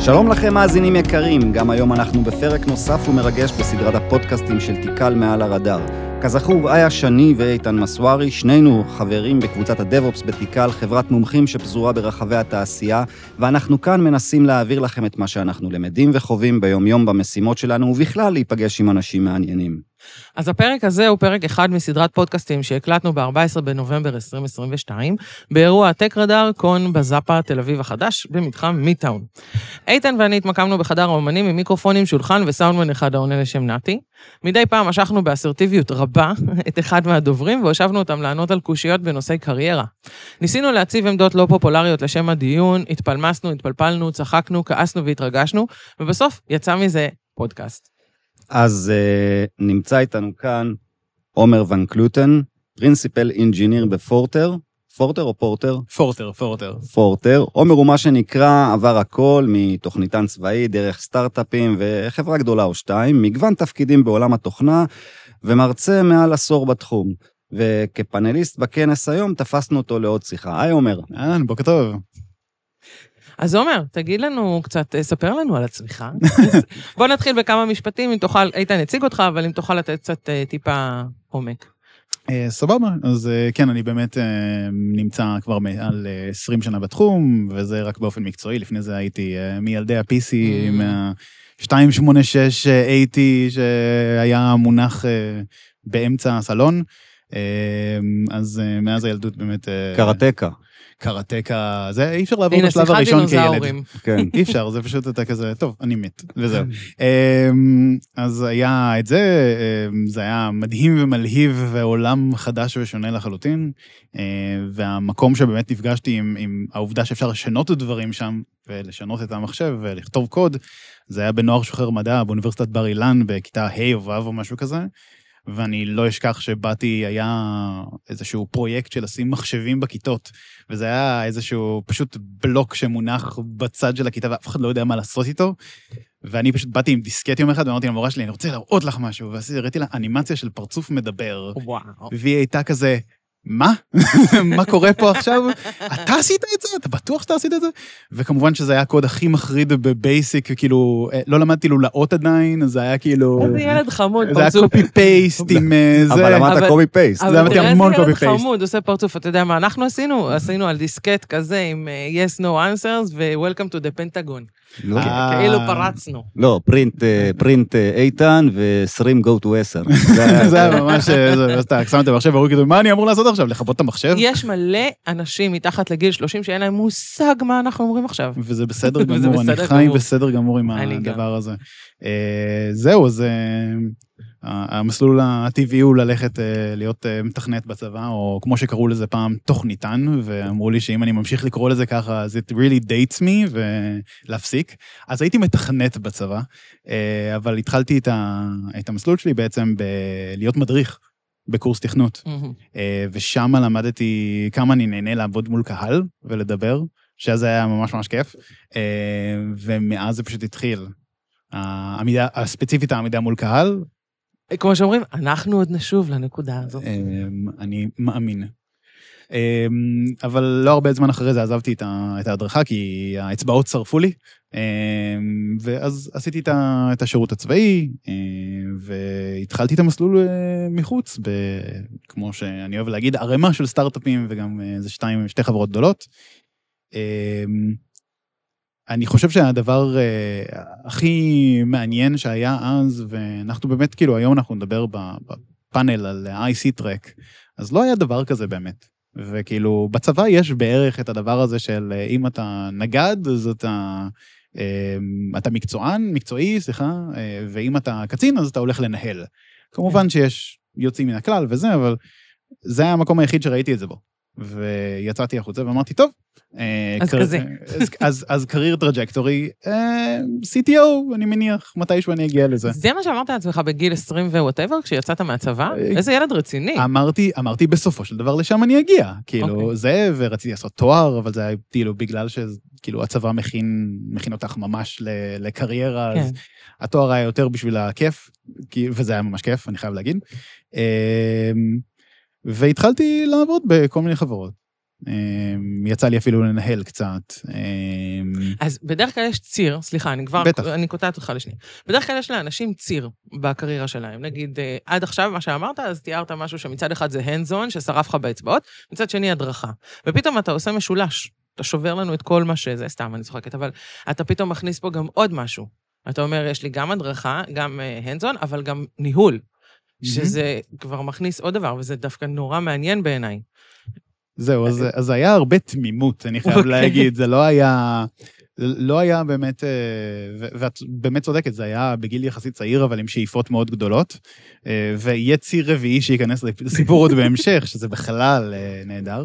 שלום לכם מאזינים יקרים, גם היום אנחנו בפרק נוסף ומרגש בסדרת הפודקאסטים של תיקל מעל הרדאר. כזכור, איה שני ואיתן מסוארי, שנינו חברים בקבוצת הדב-אופס בתיקל, חברת מומחים שפזורה ברחבי התעשייה, ואנחנו כאן מנסים להעביר לכם את מה שאנחנו למדים וחווים ביום-יום במשימות שלנו, ובכלל להיפגש עם אנשים מעניינים. אז הפרק הזה הוא פרק אחד מסדרת פודקאסטים שהקלטנו ב-14 בנובמבר 2022, באירוע הטק רדאר, קון בזאפה תל אביב החדש, במתחם מיטאון. איתן ואני התמקמנו בחדר האומנים עם מיקרופונים, שולחן וסאונדמן אחד העונה לשם נתי. מדי פעם משכנו באסרטיביות רבה את אחד מהדוברים, והושבנו אותם לענות על קושיות בנושאי קריירה. ניסינו להציב עמדות לא פופולריות לשם הדיון, התפלמסנו, התפלפלנו, צחקנו, כעסנו והתרגשנו, ובסוף יצא מזה פודקאסט. אז נמצא איתנו כאן עומר ון קלוטן, פרינסיפל אינג'יניר בפורטר. פורטר או פורטר? פורטר. עומר הוא מה שנקרא עבר הכל מתוכניתן צבאי, דרך סטארט-אפים וחברה גדולה או שתיים, מגוון תפקידים בעולם התוכנה, ומרצה מעל עשור בתחום. וכפאנליסט בכנס היום תפסנו אותו לעוד שיחה. היי עומר. בוקר טוב. אז עומר, תגיד לנו קצת, ספר לנו על עצמך. בוא נתחיל בכמה משפטים, אם תוכל, איתן הציג אותך, אבל אם תוכל לתת קצת טיפה עומק. סבבה, אז כן, אני באמת נמצא כבר מעל 20 שנה בתחום, וזה רק באופן מקצועי, לפני זה הייתי מילדי ה-PC, מה-286-80, שהיה מונח באמצע הסלון, אז מאז הילדות באמת... קראטקה, זה אי אפשר לעבור בשלב הראשון כילד. כן, אי אפשר, זה פשוט אתה כזה, טוב, אני מת, וזהו. אז היה את זה, זה היה מדהים ומלהיב, ועולם חדש ושונה לחלוטין, והמקום שבאמת נפגשתי עם העובדה שאפשר לשנות את דברים שם, ולשנות את המחשב ולכתוב קוד, זה היה בנוער שוחר מדע, באוניברסיטת בר אילן, בכיתה ה' או ו' או משהו כזה, ואני לא אשכח שבאתי, היה איזשהו פרויקט של לשים מחשבים בכיתות, וזה היה איזשהו פשוט בלוק שמונח בצד של הכיתה, ואף אחד לא יודע מה לעשות איתו, ואני פשוט באתי עם דיסקט יום אחד, ואמרתי למורה שלי, אני רוצה להראות לך משהו, והראיתי לה אנימציה של פרצוף מדבר, והיא הייתה כזה, מה? מה קורה פה עכשיו? אתה עשית את זה? אתה בטוח שאתה עשית את זה? וכמובן שזה היה הקוד הכי מחריד בבייסיק, כאילו, לא למדתי לולאות עדיין, זה היה כאילו... איזה ילד חמוד, פרצוף. זה היה קופי פייסט עם זה. אבל למדת קופי פייסט. למדתי המון קופי פייסט. ילד חמוד, עושה פרצוף. אתה יודע מה אנחנו עשינו? עשינו על דיסקט כזה עם yes, no answers, ו-welcome to the Pentagon. כאילו פרצנו. לא, פרינט איתן ו-stream go to 10. זה היה ממש, אתה שם את המחשב והוא כאילו, מה אני אמור לעשות עכשיו? לכבות את המחשב? יש מלא אנשים מתחת לגיל 30 שאין להם מושג מה אנחנו אומרים עכשיו. וזה בסדר גמור, אני חי בסדר גמור עם הדבר הזה. זהו, זה... המסלול הטבעי הוא ללכת להיות מתכנת בצבא, או כמו שקראו לזה פעם, תוכניתן, ואמרו לי שאם אני ממשיך לקרוא לזה ככה, אז it really dates me, ולהפסיק. אז הייתי מתכנת בצבא, אבל התחלתי את המסלול שלי בעצם להיות מדריך בקורס תכנות, ושם למדתי כמה אני נהנה לעבוד מול קהל ולדבר, שזה היה ממש ממש כיף, ומאז זה פשוט התחיל. הספציפית העמידה מול קהל, כמו שאומרים, אנחנו עוד נשוב לנקודה הזאת. אני מאמין. אבל לא הרבה זמן אחרי זה עזבתי את ההדרכה, כי האצבעות שרפו לי, ואז עשיתי את השירות הצבאי, והתחלתי את המסלול מחוץ, כמו שאני אוהב להגיד, ערימה של סטארט-אפים, וגם איזה שתי חברות גדולות. אני חושב שהדבר הכי מעניין שהיה אז, ואנחנו באמת, כאילו, היום אנחנו נדבר בפאנל על IC טרק, אז לא היה דבר כזה באמת. וכאילו, בצבא יש בערך את הדבר הזה של אם אתה נגד, אז אתה מקצועי, ואם אתה קצין, אז אתה הולך לנהל. כמובן שיש יוצאים מן הכלל וזה, אבל זה היה המקום היחיד שראיתי את זה בו. ויצאתי החוצה ואמרתי, טוב, אז כזה. אז קרייר טראג'קטורי, CTO, אני מניח, מתישהו אני אגיע לזה. זה מה שאמרת לעצמך בגיל 20 ווואטאבר, כשיצאת מהצבא? איזה ילד רציני. אמרתי בסופו של דבר לשם אני אגיע, כאילו זה, ורציתי לעשות תואר, אבל זה היה כאילו בגלל שכאילו הצבא מכין אותך ממש לקריירה, אז התואר היה יותר בשביל הכיף, וזה היה ממש כיף, אני חייב להגיד. והתחלתי לעבוד בכל מיני חברות. יצא לי אפילו לנהל קצת. אז בדרך כלל יש ציר, סליחה, אני קוטעת אותך לשני. בדרך כלל יש לאנשים ציר בקריירה שלהם. נגיד, עד עכשיו מה שאמרת, אז תיארת משהו שמצד אחד זה hands-on, ששרף לך באצבעות, מצד שני הדרכה. ופתאום אתה עושה משולש, אתה שובר לנו את כל מה שזה, סתם, אני צוחקת, אבל אתה פתאום מכניס פה גם עוד משהו. אתה אומר, יש לי גם הדרכה, גם hands-on, אבל גם ניהול, שזה כבר מכניס עוד דבר, וזה דווקא נורא מעניין בעיניי. זהו, אז היה הרבה תמימות, אני חייב להגיד, זה לא היה באמת, ואת באמת צודקת, זה היה בגיל יחסית צעיר, אבל עם שאיפות מאוד גדולות, ויהיה ציר רביעי שייכנס לסיפור עוד בהמשך, שזה בכלל נהדר.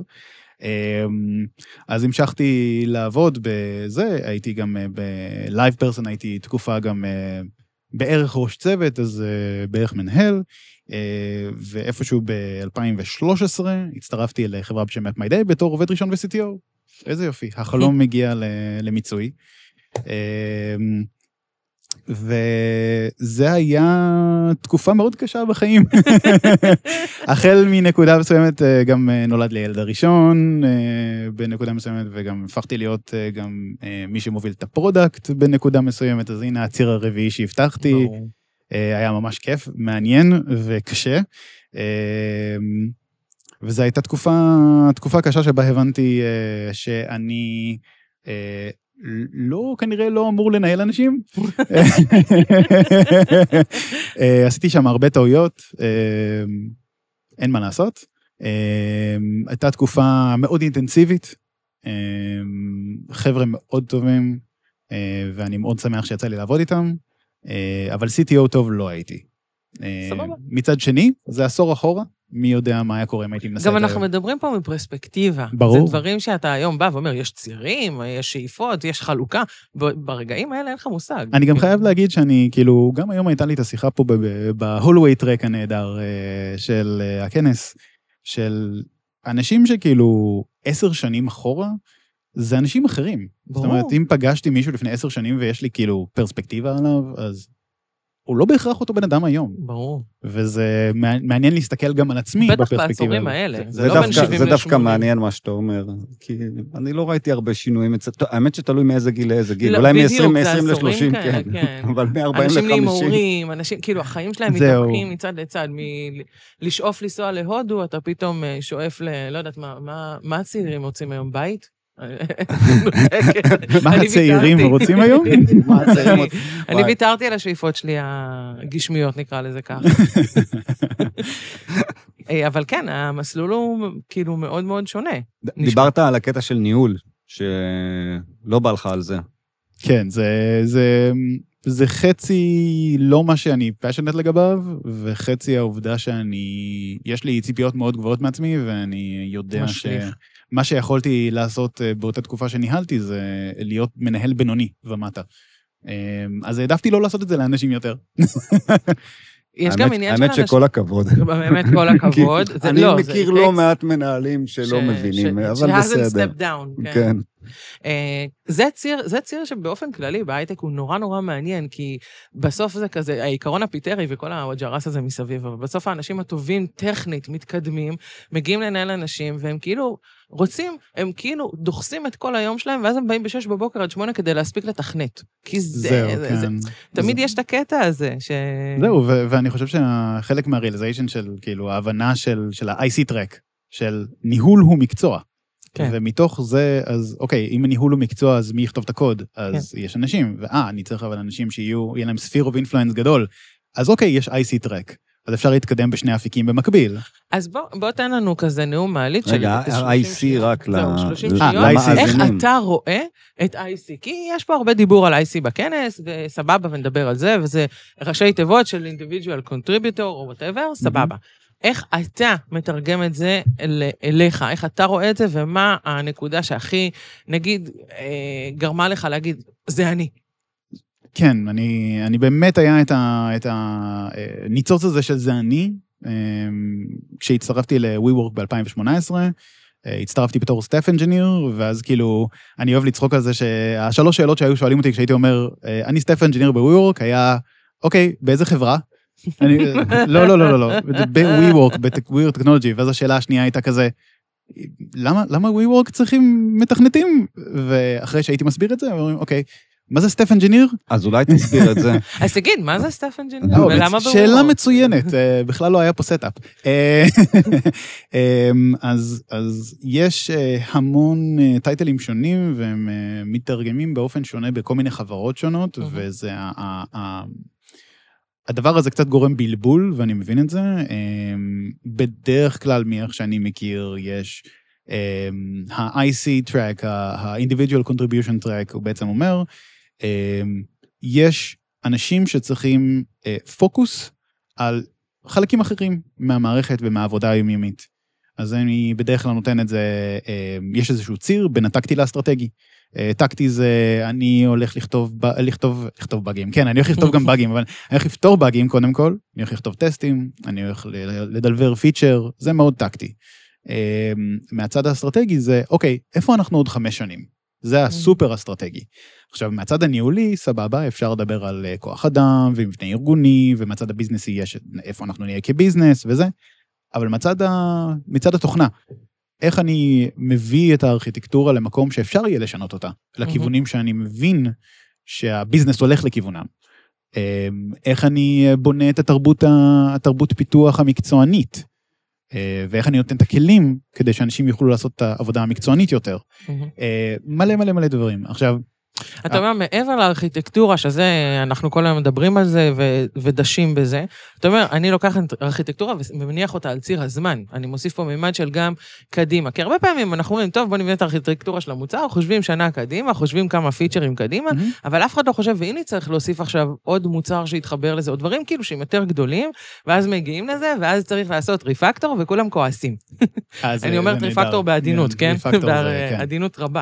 אז המשכתי לעבוד בזה, הייתי גם בלייב פרסון, הייתי תקופה גם בערך ראש צוות, אז בערך מנהל, ואיפשהו ב-2013 הצטרפתי לחברה בשם MapMyDay בתור עובד ראשון ו-CTO. איזה יופי, החלום מגיע למיצוי. וזה היה תקופה מאוד קשה בחיים. החל מנקודה מסוימת גם נולד לי ילד הראשון בנקודה מסוימת, וגם הפכתי להיות גם מי שמוביל את הפרודקט בנקודה מסוימת, אז הנה הציר הרביעי שהבטחתי. היה ממש כיף, מעניין וקשה. וזו הייתה תקופה קשה שבה הבנתי שאני כנראה לא אמור לנהל אנשים. עשיתי שם הרבה טעויות, אין מה לעשות. הייתה תקופה מאוד אינטנסיבית, חבר'ה מאוד טובים, ואני מאוד שמח שיצא לי לעבוד איתם, אבל CTO טוב לא הייתי. מצד שני, זה עשור אחורה, מי יודע מה היה קורה אם הייתי מנסה... גם אנחנו מדברים פה מפרספקטיבה. ברור. זה דברים שאתה היום בא ואומר, יש צירים, יש שאיפות, יש חלוקה, ברגעים האלה אין לך מושג. אני גם חייב להגיד שאני, כאילו, גם היום הייתה לי את השיחה פה בהולווי טרק הנהדר של הכנס, של אנשים שכאילו 10 שנים אחורה, זה אנשים אחרים. ברור. זאת אומרת, אם פגשתי מישהו לפני 10 שנים ויש לי כאילו פרספקטיבה עליו, אז הוא לא בהכרח אותו בן אדם היום. ברור. וזה מעניין להסתכל גם על עצמי בפרספקטיבה. בטח בעשורים האלה. זה דווקא מעניין מה שאתה אומר, כי אני לא ראיתי הרבה שינויים, האמת שתלוי מאיזה גיל לאיזה גיל, אולי מ-20 ל-30, כן, אבל מ-40 ל-50. אנשים נהיים הורים, אנשים, כאילו החיים שלהם מתהפכים מצד לצד, מלשאוף לנסוע להודו, אתה פתאום שואף לא יודעת מה הצעירים רוצים היום, בית? מה הצעירים רוצים היום? אני ויתרתי על השאיפות שלי הגשמיות, נקרא לזה כך. אבל כן, המסלול הוא כאילו מאוד מאוד שונה. דיברת על הקטע של ניהול, שלא בא לך על זה. כן, זה חצי לא מה שאני פשנט לגביו, וחצי העובדה יש לי ציפיות מאוד גבוהות מעצמי, ואני יודע מה שיכולתי לעשות באותה תקופה שניהלתי, זה להיות מנהל בינוני ומטה. אז העדפתי לא לעשות את זה לאנשים יותר. יש גם עניין של האמת שכל הכבוד. באמת כל הכבוד. אני מכיר לא מעט מנהלים שלא מבינים, אבל בסדר. כן. זה ציר שבאופן כללי בהייטק הוא נורא נורא מעניין, כי בסוף זה כזה, העיקרון הפיטרי וכל הג'רס הזה מסביב, אבל בסוף האנשים הטובים טכנית מתקדמים, מגיעים לנהל אנשים, והם כאילו רוצים, הם כאילו דוחסים את כל היום שלהם, ואז הם באים ב6 בבוקר עד 8 כדי להספיק לתכנת. כי תמיד יש את הקטע הזה. זהו, ואני חושב שחלק מהריאליזיישן של כאילו ההבנה של ה-IC טרק, של ניהול הוא מקצוע. ומתוך זה, אז אוקיי, אם הניהול הוא מקצוע, אז מי יכתוב את הקוד? אז יש אנשים, אני צריך אבל אנשים יהיה להם ספיר אוף אינפלואנס גדול. אז אוקיי, יש IC טרק. אז אפשר להתקדם בשני אפיקים במקביל. אז בוא תן לנו כזה נאום מעלית של... רגע, IC רק ל... 30 שניות, איך אתה רואה את IC? כי יש פה הרבה דיבור על IC בכנס, וסבבה, ונדבר על זה, וזה ראשי תיבות של individual contributor, או whatever, סבבה. איך אתה מתרגם את זה אליך? איך אתה רואה את זה, ומה הנקודה שהכי, נגיד, גרמה לך להגיד, זה אני? כן, אני באמת היה את הניצוץ הזה של זה אני, כשהצטרפתי ל-WeWork ב-2018, הצטרפתי בתור סטאפ אנג'יניר, ואז כאילו, אני אוהב לצחוק על זה שהשלוש שאלות שהיו שואלים אותי כשהייתי אומר, אני סטאפ אנג'יניר ב-WeWork, היה, אוקיי, באיזה חברה? לא, ב-WeWork, ב-WeWork Technology, ואז השאלה השנייה הייתה כזה, למה WeWork צריכים מתכנתים? ואחרי שהייתי מסביר את זה, הם אומרים, אוקיי, מה זה סטף אנג'יניר? אז אולי תסביר את זה. אז תגיד, מה זה סטף אנג'יניר? ולמה בWeWork? שאלה מצוינת, בכלל לא היה פה סטאפ. אז יש המון טייטלים שונים, והם מתרגמים באופן שונה בכל מיני חברות שונות, וזה הדבר הזה קצת גורם בלבול, ואני מבין את זה. בדרך כלל, מאיך שאני מכיר, יש ה-IC track, ה-Individual Contribution track, הוא בעצם אומר, יש אנשים שצריכים פוקוס על חלקים אחרים מהמערכת ומהעבודה היומיומית. אז אני בדרך כלל נותן את זה, יש איזשהו ציר בין הטקטי לאסטרטגי. טקטי זה, אני הולך לכתוב באגים, כן, אני הולך לכתוב גם באגים, אבל אני הולך לפתור באגים קודם כל, אני הולך לכתוב טסטים, אני הולך לדלבר פיצ'ר, זה מאוד טקטי. מהצד האסטרטגי זה, אוקיי, איפה אנחנו עוד 5 שנים? זה הסופר אסטרטגי. עכשיו, מהצד הניהולי, סבבה, אפשר לדבר על כוח אדם, ומבנה ארגוני, ומהצד הביזנסי יש איפה אנחנו נהיה כביזנס וזה, אבל מצד התוכנה, איך אני מביא את הארכיטקטורה למקום שאפשר יהיה לשנות אותה, לכיוונים שאני מבין שהביזנס הולך לכיוונם. איך אני בונה את התרבות פיתוח המקצוענית, ואיך אני נותן את הכלים כדי שאנשים יוכלו לעשות את העבודה המקצוענית יותר. מלא דברים. עכשיו, אתה אומר, מעבר לארכיטקטורה, שזה, אנחנו כל היום מדברים על זה ודשים בזה, אתה אומר, אני לוקח את הארכיטקטורה ומניח אותה על ציר הזמן. אני מוסיף פה מימד של גם קדימה. כי הרבה פעמים אנחנו אומרים, טוב, בוא נבנה את הארכיטקטורה של המוצר, חושבים שנה קדימה, חושבים כמה פיצ'רים קדימה, אבל אף אחד לא חושב, והנה צריך להוסיף עכשיו עוד מוצר שיתחבר לזה, או דברים כאילו שהם יותר גדולים, ואז מגיעים לזה, ואז צריך לעשות ריפקטור, וכולם כועסים. אני אומרת ריפקטור בעדינות, כן? בעדינות רבה.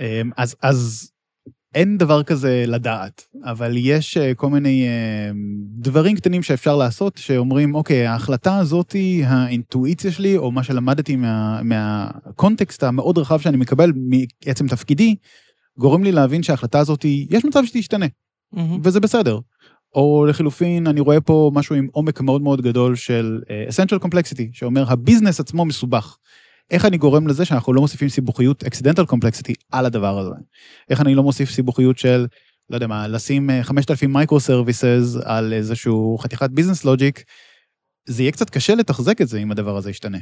אז אין דבר כזה לדעת, אבל יש כל מיני דברים קטנים שאפשר לעשות, שאומרים, אוקיי, ההחלטה הזאת היא האינטואיציה שלי, או מה שלמדתי מהקונטקסט המאוד רחב שאני מקבל מעצם תפקידי, גורם לי להבין שההחלטה הזאת, יש מצב שתשתנה, וזה בסדר. או לחילופין, אני רואה פה משהו עם עומק מאוד מאוד גדול של essential complexity, שאומר, הביזנס עצמו מסובך. איך אני גורם לזה שאנחנו לא מוסיפים סיבוכיות accidental complexity על הדבר הזה? איך אני לא מוסיף סיבוכיות של, לא יודע מה, לשים 5,000 microservices על איזשהו חתיכת business logic, זה יהיה קצת קשה לתחזק את זה אם הדבר הזה ישתנה.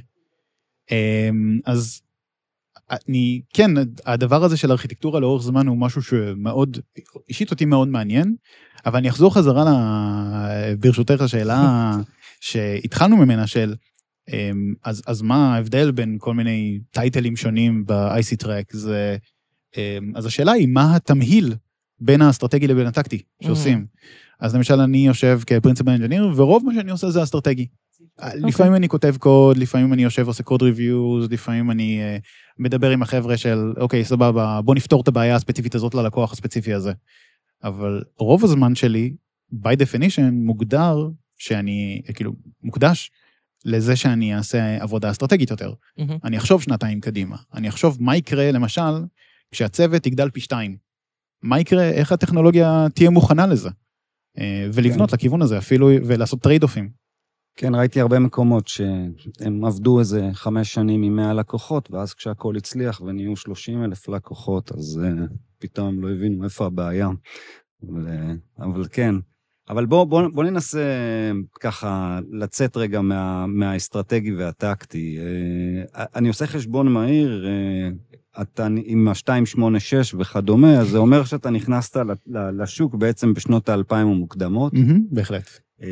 אז כן, הדבר הזה של ארכיטקטורה לאורך זמן הוא משהו שמאוד, אישית אותי מאוד מעניין, אבל אני אחזור חזרה ברשותך השאלה שהתחלנו ממנה של, אז מה ההבדל בין כל מיני טייטלים שונים ב-IC Track? אז השאלה היא, מה התמהיל בין האסטרטגי לבין הטקטי שעושים? אז למשל, אני יושב כפרינציפל אנג'יניר, ורוב מה שאני עושה זה אסטרטגי. לפעמים אני כותב קוד, לפעמים אני יושב ועושה קוד ריוויוז, לפעמים אני מדבר עם החבר'ה של, אוקיי, סבבה, בוא נפתור את הבעיה הספציפית הזאת ללקוח הספציפי הזה. אבל רוב הזמן שלי, by definition, מוגדר שאני, כאילו, מוקדש, לזה שאני אעשה עבודה אסטרטגית יותר. אני אחשוב 2 קדימה. אני אחשוב מה יקרה, למשל, כשהצוות יגדל פי 2. מה יקרה, איך הטכנולוגיה תהיה מוכנה לזה? ולבנות לכיוון הזה אפילו, ולעשות טרייד-אופים. כן, ראיתי הרבה מקומות שהם עבדו איזה 5 שנים עם 100 לקוחות, ואז כשהכל הצליח ונהיו 30,000 לקוחות, אז פתאום לא הבינו איפה הבעיה. אבל כן. אבל בוא ננסה ככה לצאת רגע מהאסטרטגי והטקטי. אני עושה חשבון מהיר, אתה עם ה-286 וכדומה, אז זה אומר שאתה נכנסת לשוק בעצם בשנות ה-2000 המוקדמות. בהחלט.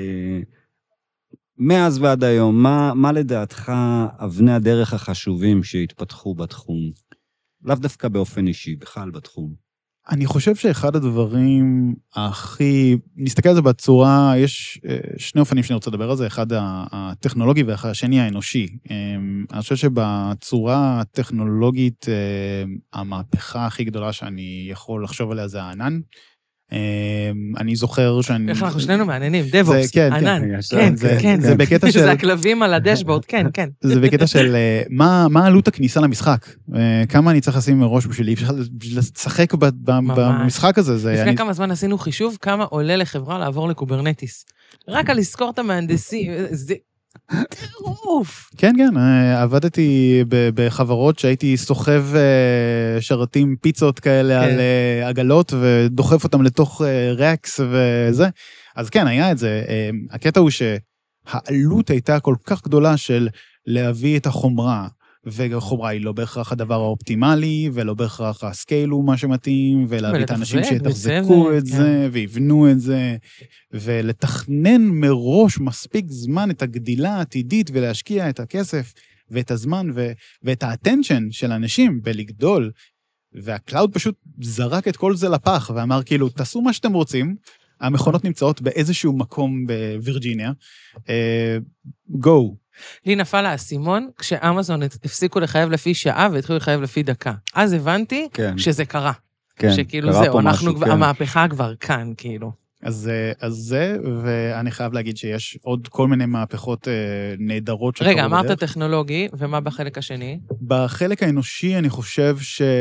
מאז ועד היום, מה לדעתך אבני הדרך החשובים שהתפתחו בתחום? לאו דווקא באופן אישי, בכלל בתחום. אני חושב שאחד הדברים הכי, נסתכל על זה בצורה, יש 2 אופנים שאני רוצה לדבר על זה, אחד הטכנולוגי והשני האנושי. אני חושב שבצורה הטכנולוגית, המהפכה הכי גדולה שאני יכול לחשוב עליה זה הענן. אני זוכר שאני... איך אנחנו שנינו מעניינים, דבופס, ענן, כן, זה בקטע של... זה הכלבים על הדשבורד, כן. זה בקטע של מה עלות הכניסה למשחק, כמה אני צריך לשים מראש בשביל לשחק במשחק הזה. לפני כמה זמן עשינו חישוב, כמה עולה לחברה לעבור לקוברנטיס. רק על לזכור את המהנדסים, טירוף. כן, כן, עבדתי בחברות שהייתי סוחב שרתים פיצות כאלה על עגלות, ודוחף אותם לתוך רקס וזה. אז כן, היה את זה. הקטע הוא שהעלות הייתה כל כך גדולה של להביא את החומרה, וחומרה היא לא בהכרח הדבר האופטימלי, ולא בהכרח הסקייל הוא מה שמתאים, ולהביא את האנשים שיתחזקו את זה, ויבנו את זה, ולתכנן מראש מספיק זמן את הגדילה העתידית, ולהשקיע את הכסף, ואת הזמן, ואת האטנשן של אנשים בלגדול, והקלאוד פשוט זרק את כל זה לפח, ואמר כאילו, תעשו מה שאתם רוצים, המכונות נמצאות באיזשהו מקום בווירג'יניה, go. לי נפל האסימון, כשאמזון הפסיקו לחייב לפי שעה, והתחילו לחייב לפי דקה. אז הבנתי שזה קרה. שכאילו זהו, המהפכה כבר כאן, כאילו. אז זה, ואני חייב להגיד שיש עוד כל מיני מהפכות נהדרות שקרו בדרך. רגע, אמרת טכנולוגי, ומה בחלק השני? בחלק האנושי אני חושב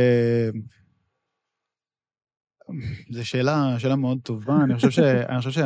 זו שאלה מאוד טובה, אני חושב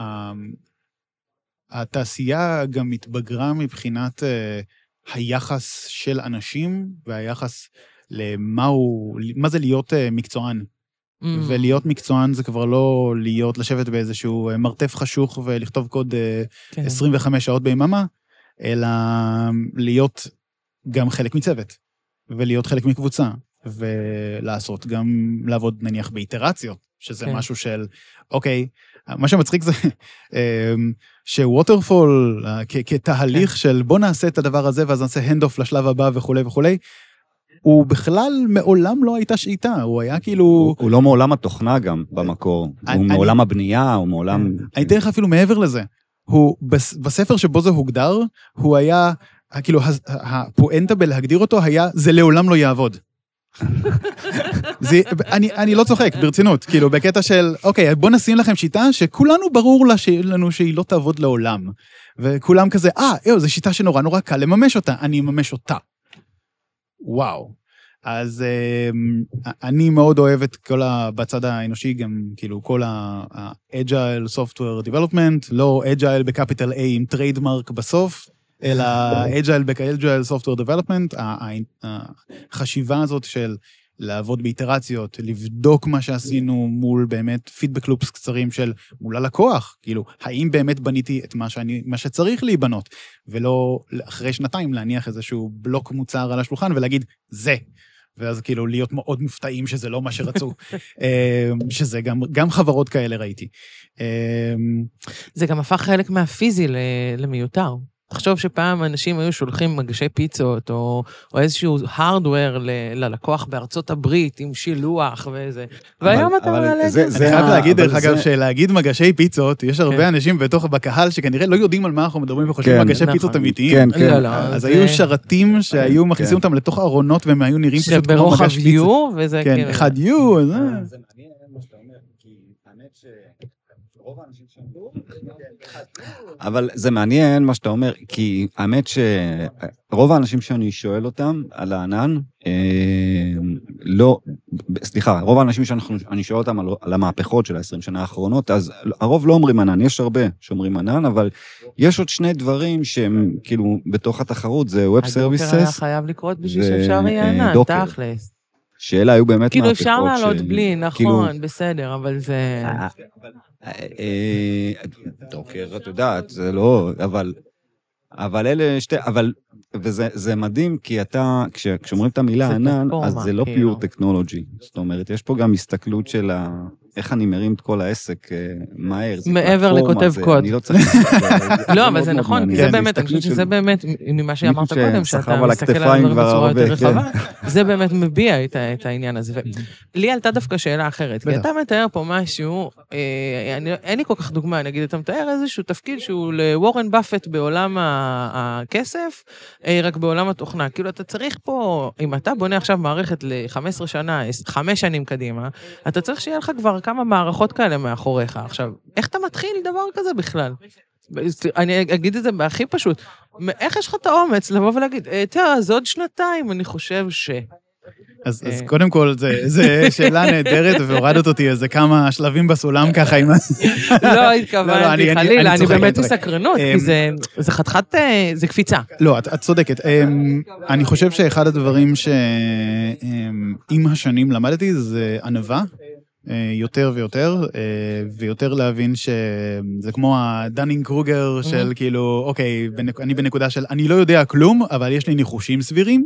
שהתעשייה גם התבגרה מבחינת היחס של אנשים, והיחס מה זה להיות מקצוען. ולהיות מקצוען זה כבר לא לשבת באיזשהו מרתף חשוך ולכתוב קוד 25 שעות ביממה, אלא להיות גם חלק מצוות, ולהיות חלק מקבוצה. ולעשות, גם לעבוד נניח באיטרציות, שזה משהו של, אוקיי, מה שמצחיק זה שווטרפול, כתהליך של בוא נעשה את הדבר הזה, ואז נעשה הנד-אוף לשלב הבא וכו' וכו', הוא בכלל מעולם לא הייתה שאיתה, הוא היה כאילו... הוא לא מעולם התוכנה גם במקור, הוא מעולם הבנייה, הוא מעולם... אני אתן לך אפילו מעבר לזה, הוא, בספר שבו זה הוגדר, הוא היה, כאילו, הפואנטה בלהגדיר אותו היה, זה לעולם לא יעבוד. אני לא צוחק, ברצינות, כאילו, בקטע של, אוקיי, בוא נשים לכם שיטה שכולנו ברור לנו שהיא לא תעבוד לעולם, וכולם כזה, זו שיטה שנורא נורא קל לממש אותה, אני אממש אותה. וואו. אז אני מאוד אוהב את כל בצד האנושי, גם כאילו כל ה-Agile Software Development, לא Agile בקפיטל A עם טריידמרק בסוף, אלא Agile Software Development, החשיבה הזאת של לעבוד באיטרציות, לבדוק מה שעשינו מול באמת פידבק לופס קצרים של מול הלקוח, כאילו, האם באמת בניתי את מה שצריך להיבנות, ולא אחרי שנתיים להניח איזשהו בלוק מוצר על השולחן ולהגיד, זה. ואז כאילו להיות מאוד מופתעים שזה לא מה שרצו, שזה גם חברות כאלה ראיתי. זה גם הפך חלק מהפיזי למיותר. תחשוב שפעם אנשים היו שולחים מגשי פיצות, או איזשהו הארדוור ללקוח בארצות הברית, עם שילוח וזה. והיום אתה מעלה... אני חייב להגיד, דרך אגב, שלהגיד מגשי פיצות, יש הרבה אנשים בקהל שכנראה לא יודעים על מה אנחנו מדברים, וחושבים מגשי פיצות אמיתיים. אז היו שרתים שהיו מכניסים אותם לתוך ארונות, והם היו נראים פשוט כמו מגש פיצות. שברוחב U, וזה כאילו... כן, אחד U, זה מעניין מה שאתה אומר, כי האמת רוב האנשים שאומרו, אבל זה מעניין מה שאתה אומר, כי האמת שרוב האנשים שאני שואל אותם על הענן, לא, סליחה, רוב האנשים שאני שואל אותם על המהפכות של ה-20 שנה האחרונות, אז הרוב לא אומרים ענן, יש הרבה שאומרים ענן, אבל יש עוד שני דברים שהם כאילו בתוך התחרות, זה Web Services. הדוקר היה חייב לקרות בשביל שאפשר יהיה ענן, תכלס. שאלה היו באמת כאילו אפשר לעלות בלי, נכון, בסדר, אבל זה... דוקר, את יודעת, זה לא, אבל אלה שתי, וזה מדהים, כי אתה, כשאומרים את המילה ענן, אז זה לא פיור טכנולוגי, זאת אומרת, יש פה גם הסתכלות של איך אני מרים את כל העסק מהר. מעבר לכותב קוד. אני לא צריך... לא, אבל זה נכון, כי זה באמת, אני חושבת שזה באמת, ממה שאמרת קודם, שאתה מסתכל על הדברים בצורה יותר רחבה, זה באמת מביע את העניין הזה. לי עלתה דווקא שאלה אחרת, כי אתה מתאר פה משהו, אין לי כל כך דוגמה, נגיד, אתה מתאר איזשהו תפקיד שהוא לוורן באפט בעולם הכסף, רק בעולם התוכנה. כאילו, אתה צריך פה, אם אתה בונה עכשיו מערכת ל-15 שנה, 5 שנים קדימה, אתה צריך שיהיה לך כבר כמה מערכות כאלה מאחוריך. עכשיו, איך אתה מתחיל דבר כזה בכלל? אני אגיד את זה בהכי פשוט. איך יש לך את האומץ לבוא ולהגיד, אז עוד שנתיים אני חושב ש... אז קודם כל, זו שאלה נהדרת, והורדת אותי איזה כמה שלבים בסולם ככה עם... לא, התכוונתי, חלילה, אני באמת מסקרנות, כי זה חתיכת, זה קפיצה. לא, את צודקת. אני חושב שאחד הדברים שעם השנים למדתי, זה ענווה. יותר ויותר, ויותר להבין שזה כמו הדנינג קרוגר של כאילו, אוקיי, אני בנקודה של, אני לא יודע כלום, אבל יש לי ניחושים סבירים.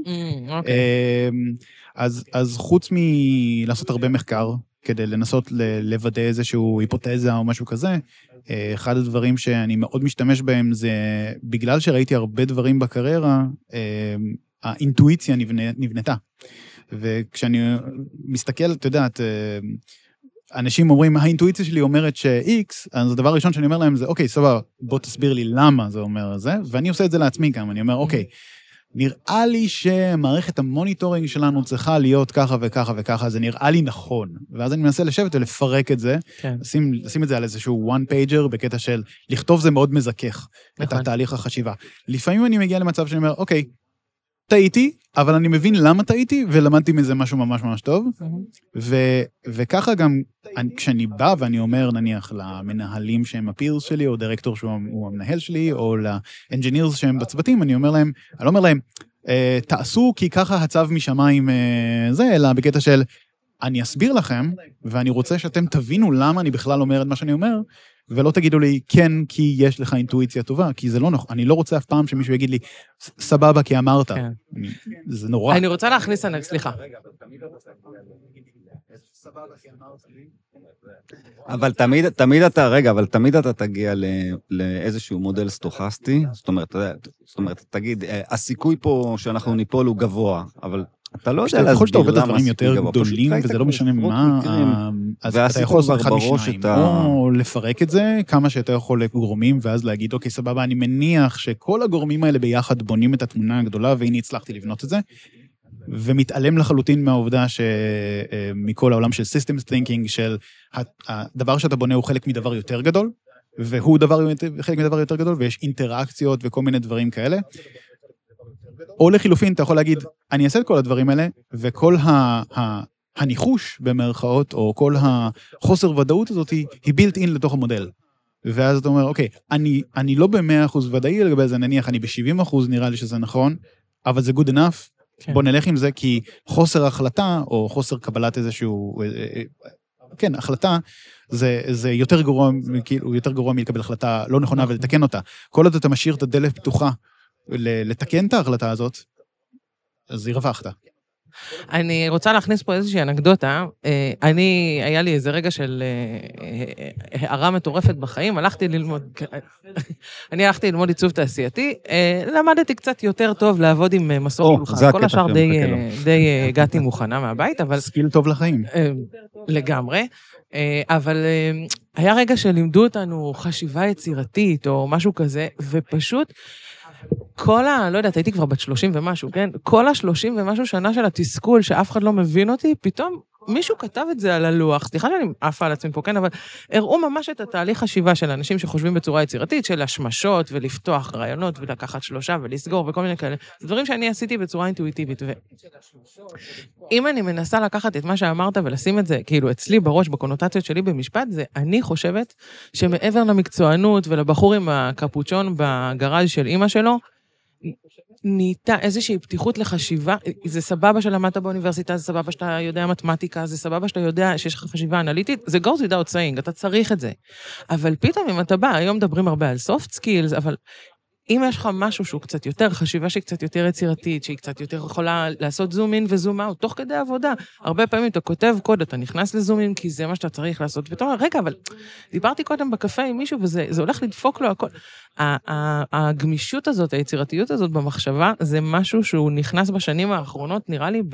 אז חוץ מלעשות הרבה מחקר, כדי לנסות לוודא איזשהו היפותזה או משהו כזה, אחד הדברים שאני מאוד משתמש בהם זה, בגלל שראיתי הרבה דברים בקריירה, האינטואיציה נבנתה. וכשאני מסתכל, אתה יודעת, אנשים אומרים, האינטואיציה שלי אומרת ש-X, אז הדבר הראשון שאני אומר להם זה, אוקיי, סבבה, בוא תסביר לי למה זה אומר זה, ואני עושה את זה לעצמי גם, אני אומר, אוקיי, נראה לי שמערכת המוניטורינג שלנו צריכה להיות ככה וככה וככה, זה נראה לי נכון, ואז אני מנסה לשבת ולפרק את זה, לשים את זה על איזשהו one pager, בקטע של לכתוב זה מאוד מזכך, את התהליך החשיבה. לפעמים אני מגיע למצב שאני אומר, אוקיי, טעיתי, אבל אני מבין למה טעיתי, ולמדתי מזה משהו ממש ממש טוב, וככה גם, כשאני בא ואני אומר, נניח, למנהלים שהם הפירס שלי, או דירקטור שהוא המנהל שלי, או לאנג'ינירס שהם בצוותים, אני לא אומר להם, תעשו כי ככה הצו משמיים זה, אלא בקטע של, אני אסביר לכם, ואני רוצה שאתם תבינו למה אני בכלל אומר את מה שאני אומר, ולא תגידו לי, כן, כי יש לך אינטואיציה טובה, כי זה לא נכון. אני לא רוצה אף פעם שמישהו יגיד לי, סבבה, כי אמרת. זה נורא. אני רוצה להכניס, סליחה. אבל תמיד אתה תגיע לאיזשהו מודל סטוכסטי, זאת אומרת, תגיד, הסיכוי פה שאנחנו ניפול הוא גבוה, אבל אתה לא יודע להסביר למה שאתה עובד דברים יותר גדולים, וזה לא משנה מה, אז אתה יכול לעשות אחד משניים, או לפרק את זה כמה שאתה יכול לגורמים, ואז להגיד, אוקיי, סבבה, אני מניח שכל הגורמים האלה ביחד בונים את התמונה הגדולה, והנה הצלחתי לבנות את זה, ומתעלם לחלוטין מהעובדה שמכל העולם של Systems Thinking, של הדבר שאתה בונה הוא חלק מדבר יותר גדול, והוא חלק מדבר יותר גדול, ויש אינטראקציות וכל מיני דברים כאלה, או לחילופין, אתה יכול להגיד, אני אעשה את כל הדברים האלה, וכל הניחוש במרכאות, או כל החוסר ודאות הזאת, היא built in לתוך המודל. ואז אתה אומר, אוקיי, אני לא ב100% ודאי לגבי זה, נניח, אני ב70% נראה לי שזה נכון, אבל זה good enough, בוא נלך עם זה, כי חוסר החלטה, או חוסר קבלת איזשהו, כן, החלטה, זה יותר גרוע, כאילו, יותר גרוע מלקבל החלטה לא נכונה ולתקן אותה. כל עוד אתה משאיר את הדלת פתוחה, לתקן את ההחלטה הזאת, אז הרווחת. אני רוצה להכניס פה איזושהי אנקדוטה. היה לי איזה רגע של הערה מטורפת בחיים, הלכתי ללמוד עיצוב תעשייתי, למדתי קצת יותר טוב לעבוד עם מסור מלוכה, כל השאר די הגעתי מוכנה מהבית, אבל... סקיל טוב לחיים. לגמרי, אבל היה רגע שלימדו אותנו חשיבה יצירתית או משהו כזה, ופשוט... לא יודעת, הייתי כבר בת 30 ומשהו, כן? כל ה-30 ומשהו שנה של התסכול, שאף אחד לא מבין אותי, פתאום מישהו כתב את זה על הלוח, סליחה שאני עפה על עצמי פה, כן? אבל הראו ממש את התהליך חשיבה של אנשים שחושבים בצורה יצירתית, של השמשות ולפתוח רעיונות ולקחת 3 ולסגור וכל מיני כאלה. זה דברים שאני עשיתי בצורה אינטואיטיבית. אם אני מנסה לקחת את מה שאמרת ולשים את זה, כאילו אצלי בראש, בקונוטציות שלי במשפט, זה אני חושבת שמעבר למקצוענות ולבחור עם הקפוצ'ון בגראז' של אמא שלו, נהייתה איזושהי פתיחות לחשיבה, זה סבבה שלמדת באוניברסיטה, זה סבבה שאתה יודע מתמטיקה, זה סבבה שאתה יודע שיש לך חשיבה אנליטית, זה goes without saying, אתה צריך את זה. אבל פתאום אם אתה בא, היום מדברים הרבה על soft skills, אבל אם יש לך משהו שהוא קצת יותר, חשיבה שהיא קצת יותר יצירתית, שהיא קצת יותר יכולה לעשות זום אין וזום אאוט, תוך כדי עבודה. הרבה פעמים אתה כותב קוד, אתה נכנס לזום אין, כי זה מה שאתה צריך לעשות. ואתה אומר, רגע, אבל דיברתי קודם בקפה עם מישהו, וזה הולך לדפוק לו הכל. הגמישות הזאת, היצירתיות הזאת במחשבה, זה משהו שהוא נכנס בשנים האחרונות, נראה לי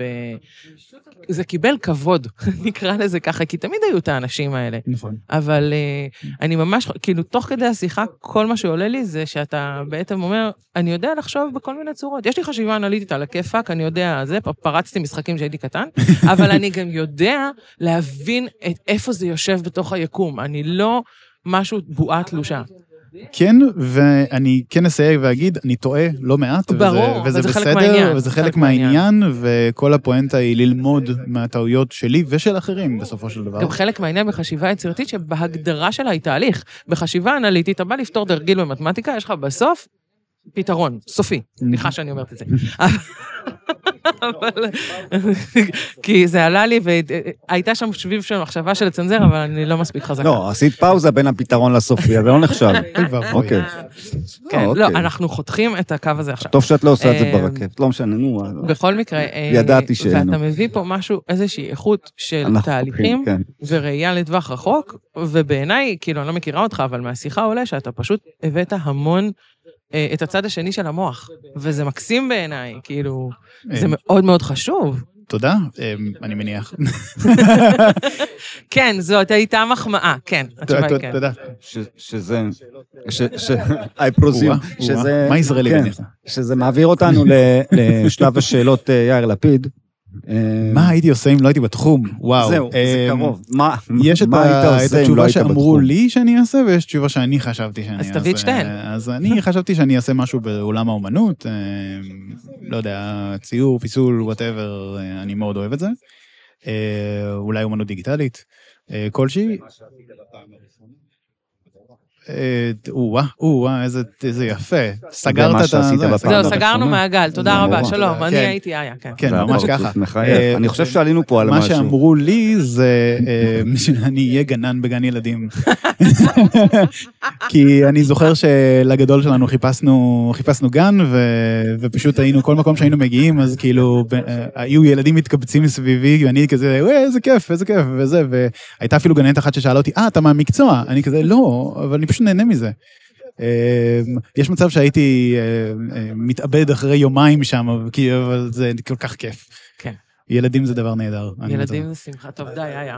זה קיבל כבוד, נקרא לזה ככה, כי תמיד היו את האנשים האלה. נכון. אבל אני ממש, כאילו, תוך כדי השיחה, כל מה שעולה לי זה שאתה בעצם אומר, אני יודע לחשוב בכל מיני צורות. יש לי חשיבה אנליטית על הכיפק, אני יודע, פרצתי משחקים שהייתי קטן, אבל אני גם יודע להבין איפה זה יושב בתוך היקום. אני לא משהו בועה תלושה. כן, ואני כן אסייג ואגיד, אני טועה לא מעט, וזה בסדר, וזה חלק מהעניין, וכל הפואנטה היא ללמוד מהטעויות שלי ושל אחרים בסופו של דבר. גם חלק מהעניין בחשיבה יצירתית, שבהגדרה שלה היא תהליך. בחשיבה אנליטית, אתה בא לפתור תרגיל במתמטיקה, יש לך בסוף פתרון, סופי. סליחה שאני אומרת את זה. כי זה עלה לי, והייתה שם שביב של מחשבה של לצנזר, אבל אני לא מספיק חזקה. לא, עשית פאוזה בין הפתרון לסופי, זה לא נחשב. אוקיי. כן, לא, אנחנו חותכים את הקו הזה עכשיו. טוב שאת לא עושה את זה ברכבת, לא משנה, נו. בכל מקרה, ידעתי שאינו. ואתה מביא פה משהו, איזושהי איכות של תהליכים, וראייה לטווח רחוק, ובעיניי, כאילו, אני לא מכירה אותך, אבל מהשיחה עולה שאתה פשוט הבאת המון את הצד השני של המוח, וזה מקסים בעיניי, כאילו, זה מאוד מאוד חשוב. תודה, אני מניח. כן, זאת הייתה מחמאה, כן, התשובה היא כן. תודה. שזה, I presume, מה ישראלי בניך? שזה מעביר אותנו לשלב השאלות יאיר לפיד. מה הייתי עושה אם לא הייתי בתחום? וואו. זהו, זה קרוב. יש את התשובה שאמרו לי שאני אעשה, ויש תשובה שאני חשבתי שאני אעשה. אז תביא את שתיהן. אז אני חשבתי שאני אעשה משהו בעולם האומנות, לא יודע, ציור, פיסול, whatever, אני מאוד אוהב את זה. אולי אומנות דיגיטלית, כלשהי. איזה יפה. סגרת את זה. זהו, סגרנו מעגל, תודה רבה, שלום, אני הייתי איה, כן. כן, ממש ככה. אני חושב שעלינו פה על משהו. מה שאמרו לי זה שאני אהיה גנן בגן ילדים. כי אני זוכר שלגדול שלנו חיפשנו גן, ופשוט היינו, כל מקום שהיינו מגיעים, אז כאילו, היו ילדים מתקבצים מסביבי, ואני כזה, איזה כיף, וזה, והייתה אפילו גננת אחת ששאלה אותי, אתה מהמקצוע? אני כזה, לא, אבל אני פשוט נהנה מזה. יש מצב שהייתי מתאבד אחרי יומיים שם, אבל זה כל כך כיף. כן. ילדים זה דבר נהדר. ילדים זה שמחה, טוב, די, היה.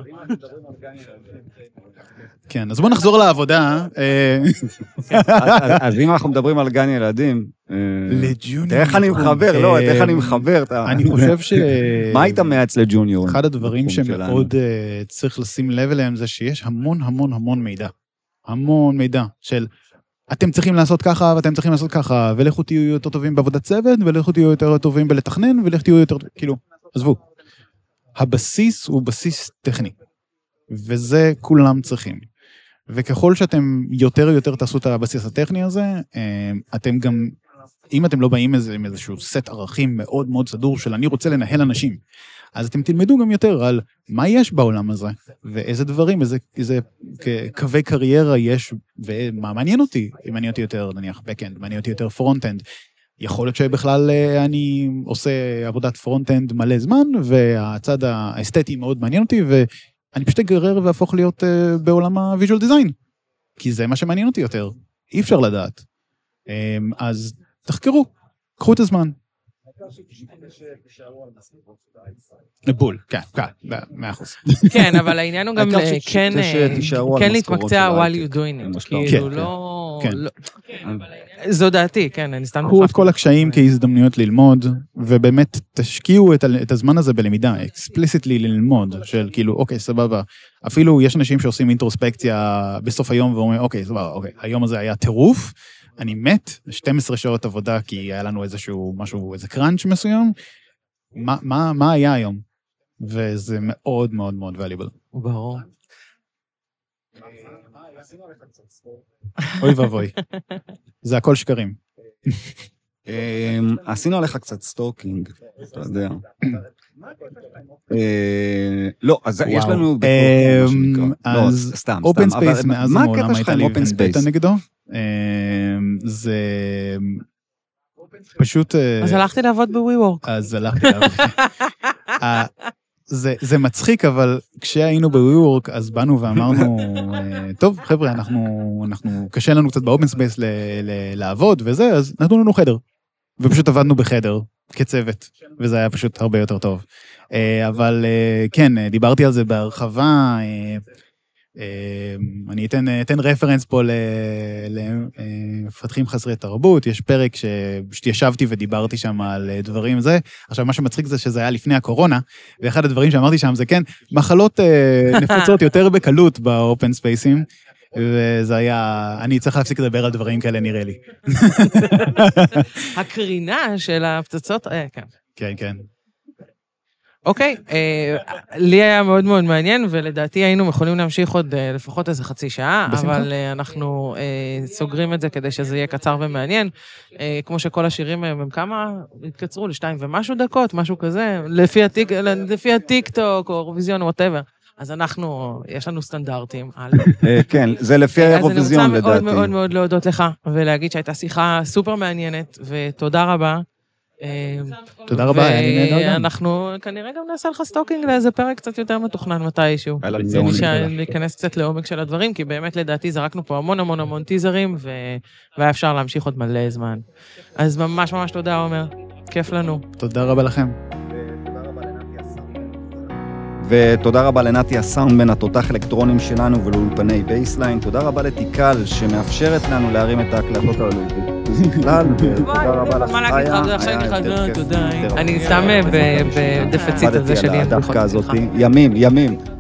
כן, אז בואו נחזור לעבודה. אז אם אנחנו מדברים על גן ילדים, לג'וניור. איך אני מחבר, לא, איך אני מחבר. אני חושב ש... מה היית מייעץ לג'וניור? אחד הדברים שמאוד צריך לשים לב אליהם זה שיש המון המון המון מידע. המון מידע של אתם צריכים לעשות ככה ואתם צריכים לעשות ככה, ולכו תהיו יותר טובים בעבודת צוות, ולכו תהיו יותר טובים בלתכנן, ולכו תהיו יותר, כאילו, עזבו. הבסיס הוא בסיס טכני, וזה כולם צריכים. וככל שאתם יותר תעשו את הבסיס הטכני הזה, אתם גם, אם אתם לא באים עם איזשהו סט ערכים מאוד מאוד סדור של אני רוצה לנהל אנשים, אז אתם תלמדו גם יותר על מה יש בעולם הזה, ואיזה דברים, איזה קווי קריירה יש, ומה מעניין אותי, אם מעניין אותי יותר, נניח, backend, מעניין אותי יותר front-end, יכול להיות שבכלל אני עושה עבודת front-end מלא זמן, והצד האסתטי מאוד מעניין אותי, ואני פשוט אגרר והפוך להיות בעולם ה-visual design, כי זה מה שמעניין אותי יותר, אי אפשר לדעת. אז תחקרו, קחו את הזמן. בול, כן, 100%. כן, אבל העניין הוא גם כן להתמקצע while you doing it, כאילו לא... זו דעתי, כן, אני סתם... קחו את כל הקשיים כהזדמנויות ללמוד, ובאמת תשקיעו את הזמן הזה בלמידה, explicitly ללמוד, של כאילו, אוקיי, סבבה, אפילו יש אנשים שעושים אינטרוספקציה בסוף היום, ואומרים, אוקיי, סבבה, אוקיי, היום הזה היה טירוף, אני מת, 12 שעות עבודה, כי היה לנו איזשהו משהו, איזה קראנץ' מסוים, מה היה היום? וזה מאוד מאוד מאוד valuable. ברור. אוי ואבוי. זה הכל שקרים. עשינו עליך קצת סטוקינג, אתה יודע. לא, אז יש לנו... אז סתם. אופן ספייס מאז מה המעולם הקטע שלך עם אופן ספייס? הייתה נגדו. זה פשוט... אז הלכתי לעבוד בווי-וורק. אז הלכתי לעבוד. זה מצחיק, אבל כשהיינו בווי-וורק, אז באנו ואמרנו, טוב, חבר'ה, אנחנו קשה לנו קצת באופן ספייס לעבוד וזה, אז נתנו לנו חדר. ופשוט עבדנו בחדר, כצוות, וזה היה פשוט הרבה יותר טוב. אבל כן, דיברתי על זה בהרחבה, אני אתן רפרנס פה למפתחים חסרי תרבות, יש פרק שישבתי ודיברתי שם על דברים זה, עכשיו מה שמצחיק זה שזה היה לפני הקורונה, ואחד הדברים שאמרתי שם זה כן, מחלות נפוצות יותר בקלות באופן ספייסים, וזה היה, אני צריך להפסיק לדבר על דברים כאלה, נראה לי. הקרינה של הפצצות, כן. כן, כן. אוקיי, לי היה מאוד מאוד מעניין, ולדעתי היינו יכולים להמשיך עוד לפחות איזה חצי שעה, אבל אנחנו סוגרים את זה כדי שזה יהיה קצר ומעניין, כמו שכל השירים הם כמה התקצרו לשתיים ומשהו דקות, משהו כזה, לפי הטיק-טוק או אירוויזיון או whatever. אז יש לנו סטנדרטים. כן, זה לפי האירוויזיון לדעתי. אז אני רוצה מאוד מאוד מאוד להודות לך, ולהגיד שהייתה שיחה סופר מעניינת, ותודה רבה. תודה רבה, אני נהדר גם. ואנחנו כנראה גם נעשה לך סטוקינג לאיזה פרק קצת יותר מתוכנן מתישהו. להיכנס קצת לעומק של הדברים, כי באמת לדעתי זרקנו פה המון המון המון טיזרים, והיה אפשר להמשיך עוד מלא זמן. אז ממש ממש תודה, עומר. כיף לנו. תודה רבה לכם. ותודה רבה לנתי הסאונדמן, התותח אלקטרונים שלנו ולאולפני בייסליין. תודה רבה לתיקל שמאפשרת לנו להרים את ההקלטות האלו. תודה רבה לך. מה להגיד לך? עכשיו אני חייב, תודה. אני שם בדפציט הזה שלי. הדווקא הזאת. ימים.